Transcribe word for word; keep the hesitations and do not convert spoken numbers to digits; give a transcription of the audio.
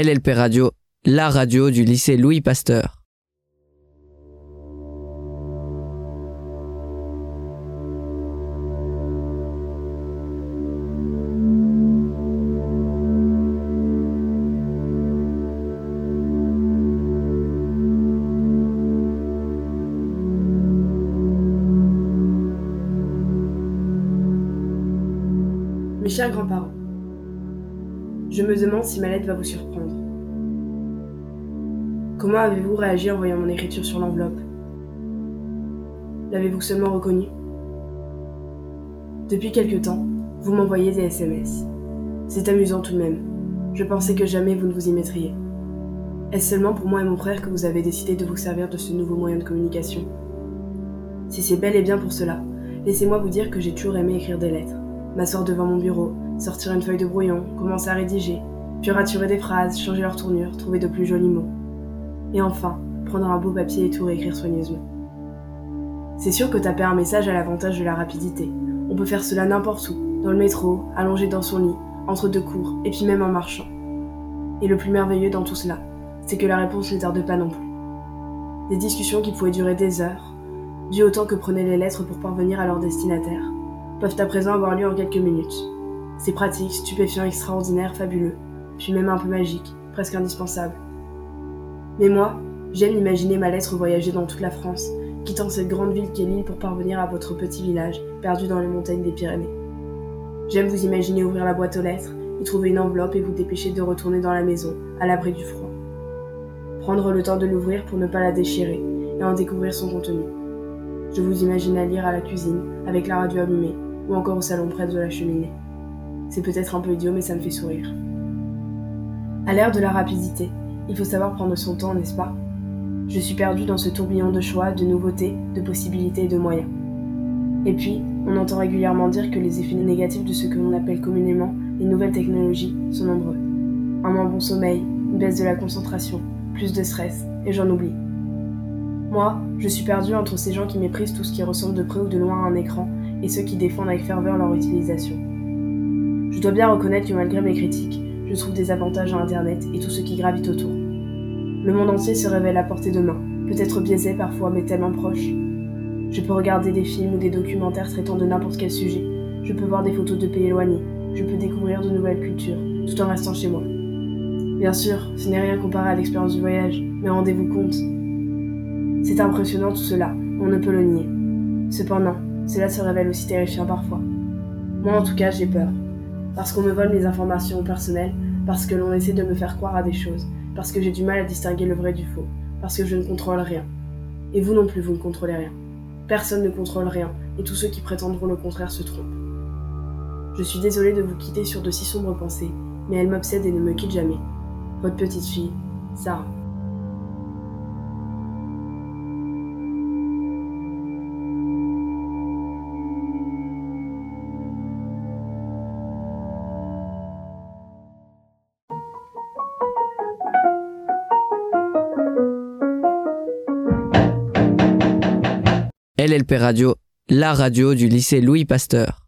L L P Radio, la radio du lycée Louis Pasteur. Mes chers grands-parents, je me demande si ma lettre va vous surprendre. Comment avez-vous réagi en voyant mon écriture sur l'enveloppe? L'avez-vous seulement reconnue? Depuis quelque temps, vous m'envoyez des S M S. C'est amusant tout de même. Je pensais que jamais vous ne vous y mettriez. Est-ce seulement pour moi et mon frère que vous avez décidé de vous servir de ce nouveau moyen de communication? Si c'est bel et bien pour cela, laissez-moi vous dire que j'ai toujours aimé écrire des lettres. M'asseoir devant mon bureau, sortir une feuille de brouillon, commencer à rédiger, puis raturer des phrases, changer leur tournure, trouver de plus jolis mots. Et enfin, prendre un beau papier et tout réécrire soigneusement. C'est sûr que taper un message a l'avantage de la rapidité. On peut faire cela n'importe où, dans le métro, allongé dans son lit, entre deux cours, et puis même en marchant. Et le plus merveilleux dans tout cela, c'est que la réponse ne tarde pas non plus. Des discussions qui pouvaient durer des heures, du autant que prenaient les lettres pour parvenir à leur destinataire, peuvent à présent avoir lieu en quelques minutes. C'est pratique, stupéfiant, extraordinaire, fabuleux, puis même un peu magique, presque indispensable. Mais moi, j'aime imaginer ma lettre voyager dans toute la France, quittant cette grande ville qu'est Lille pour parvenir à votre petit village, perdu dans les montagnes des Pyrénées. J'aime vous imaginer ouvrir la boîte aux lettres, y trouver une enveloppe et vous dépêcher de retourner dans la maison, à l'abri du froid. Prendre le temps de l'ouvrir pour ne pas la déchirer et en découvrir son contenu. Je vous imagine la lire à la cuisine, avec la radio allumée, ou encore au salon près de la cheminée. C'est peut-être un peu idiot, mais ça me fait sourire. À l'ère de la rapidité, il faut savoir prendre son temps, n'est-ce pas? Je suis perdue dans ce tourbillon de choix, de nouveautés, de possibilités et de moyens. Et puis, on entend régulièrement dire que les effets négatifs de ce que l'on appelle communément les nouvelles technologies sont nombreux. Un moins bon sommeil, une baisse de la concentration, plus de stress, et j'en oublie. Moi, je suis perdue entre ces gens qui méprisent tout ce qui ressemble de près ou de loin à un écran et ceux qui défendent avec ferveur leur utilisation. Je dois bien reconnaître que malgré mes critiques, je trouve des avantages à Internet et tout ce qui gravite autour. Le monde entier se révèle à portée de main, peut-être biaisé parfois mais tellement proche. Je peux regarder des films ou des documentaires traitant de n'importe quel sujet, je peux voir des photos de pays éloignés, je peux découvrir de nouvelles cultures, tout en restant chez moi. Bien sûr, ce n'est rien comparé à l'expérience du voyage, mais rendez-vous compte. C'est impressionnant tout cela, on ne peut le nier. Cependant, cela se révèle aussi terrifiant parfois. Moi en tout cas, j'ai peur. Parce qu'on me vole mes informations personnelles, parce que l'on essaie de me faire croire à des choses, parce que j'ai du mal à distinguer le vrai du faux, parce que je ne contrôle rien. Et vous non plus, vous ne contrôlez rien. Personne ne contrôle rien, et tous ceux qui prétendront le contraire se trompent. Je suis désolée de vous quitter sur de si sombres pensées, mais elles m'obsèdent et ne me quittent jamais. Votre petite fille, Sarah. L L P Radio, la radio du lycée Louis Pasteur.